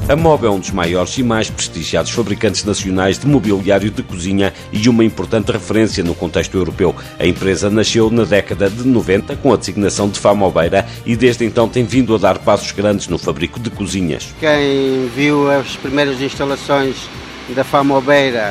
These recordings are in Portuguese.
A MOB é um dos maiores e mais prestigiados fabricantes nacionais de mobiliário de cozinha e uma importante referência no contexto europeu. A empresa nasceu na década de 90 com a designação de Famobeira e desde então tem vindo a dar passos grandes no fabrico de cozinhas. Quem viu as primeiras instalações da Famobeira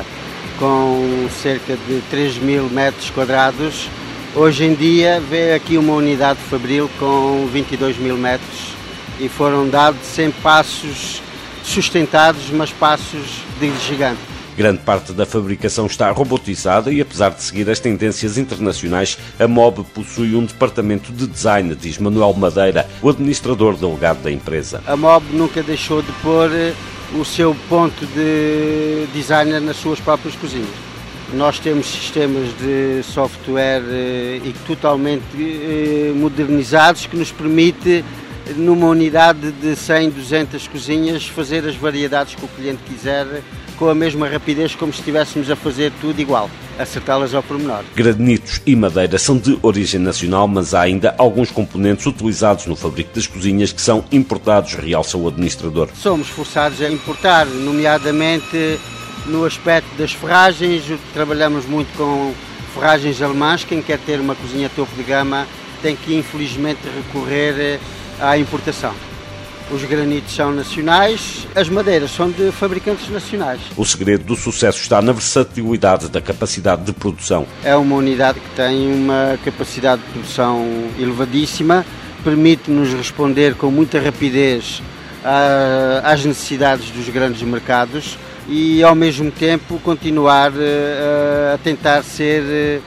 com cerca de 3.000 metros quadrados, hoje em dia vê aqui uma unidade fabril com 22.000 metros e foram dados sempre passos sustentados, mas passos de gigante. Grande parte da fabricação está robotizada e, apesar de seguir as tendências internacionais, a MOB possui um departamento de design, diz Manuel Madeira, o administrador delegado da empresa. A MOB nunca deixou de pôr o seu ponto de designer nas suas próprias cozinhas. Nós temos sistemas de software totalmente modernizados que nos permite, numa unidade de 100, 200 cozinhas, fazer as variedades que o cliente quiser com a mesma rapidez como se estivéssemos a fazer tudo igual, acertá-las ao pormenor. Granitos e madeira são de origem nacional, mas há ainda alguns componentes utilizados no fabrico das cozinhas que são importados, realça o administrador. Somos forçados a importar, nomeadamente no aspecto das ferragens. Trabalhamos muito com ferragens alemãs. Quem quer ter uma cozinha topo de gama tem que, infelizmente, recorrer à importação. Os granitos são nacionais, as madeiras são de fabricantes nacionais. O segredo do sucesso está na versatilidade da capacidade de produção. É uma unidade que tem uma capacidade de produção elevadíssima, permite-nos responder com muita rapidez às necessidades dos grandes mercados e, ao mesmo tempo, continuar a tentar ser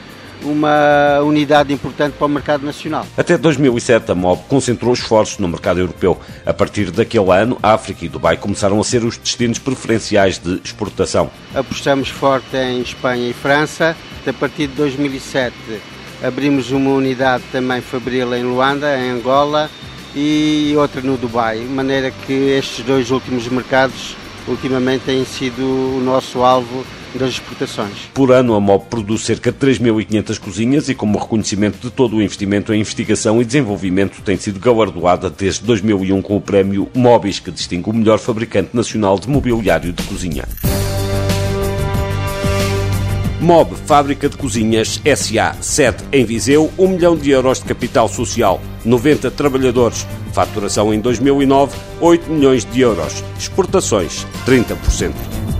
uma unidade importante para o mercado nacional. Até 2007, a MOB concentrou esforços no mercado europeu. A partir daquele ano, a África e Dubai começaram a ser os destinos preferenciais de exportação. Apostamos forte em Espanha e França. A partir de 2007, abrimos uma unidade também fabril em Luanda, em Angola, e outra no Dubai, de maneira que estes dois últimos mercados, ultimamente, têm sido o nosso alvo das exportações. Por ano, a MOB produz cerca de 3.500 cozinhas e, como reconhecimento de todo o investimento em investigação e desenvolvimento, tem sido galardoada desde 2001 com o prémio MOBIS, que distingue o melhor fabricante nacional de mobiliário de cozinha. MOB, Fábrica de Cozinhas S.A., sede em Viseu, 1 milhão de euros de capital social, 90 trabalhadores, faturação em 2009, 8 milhões de euros, exportações, 30%.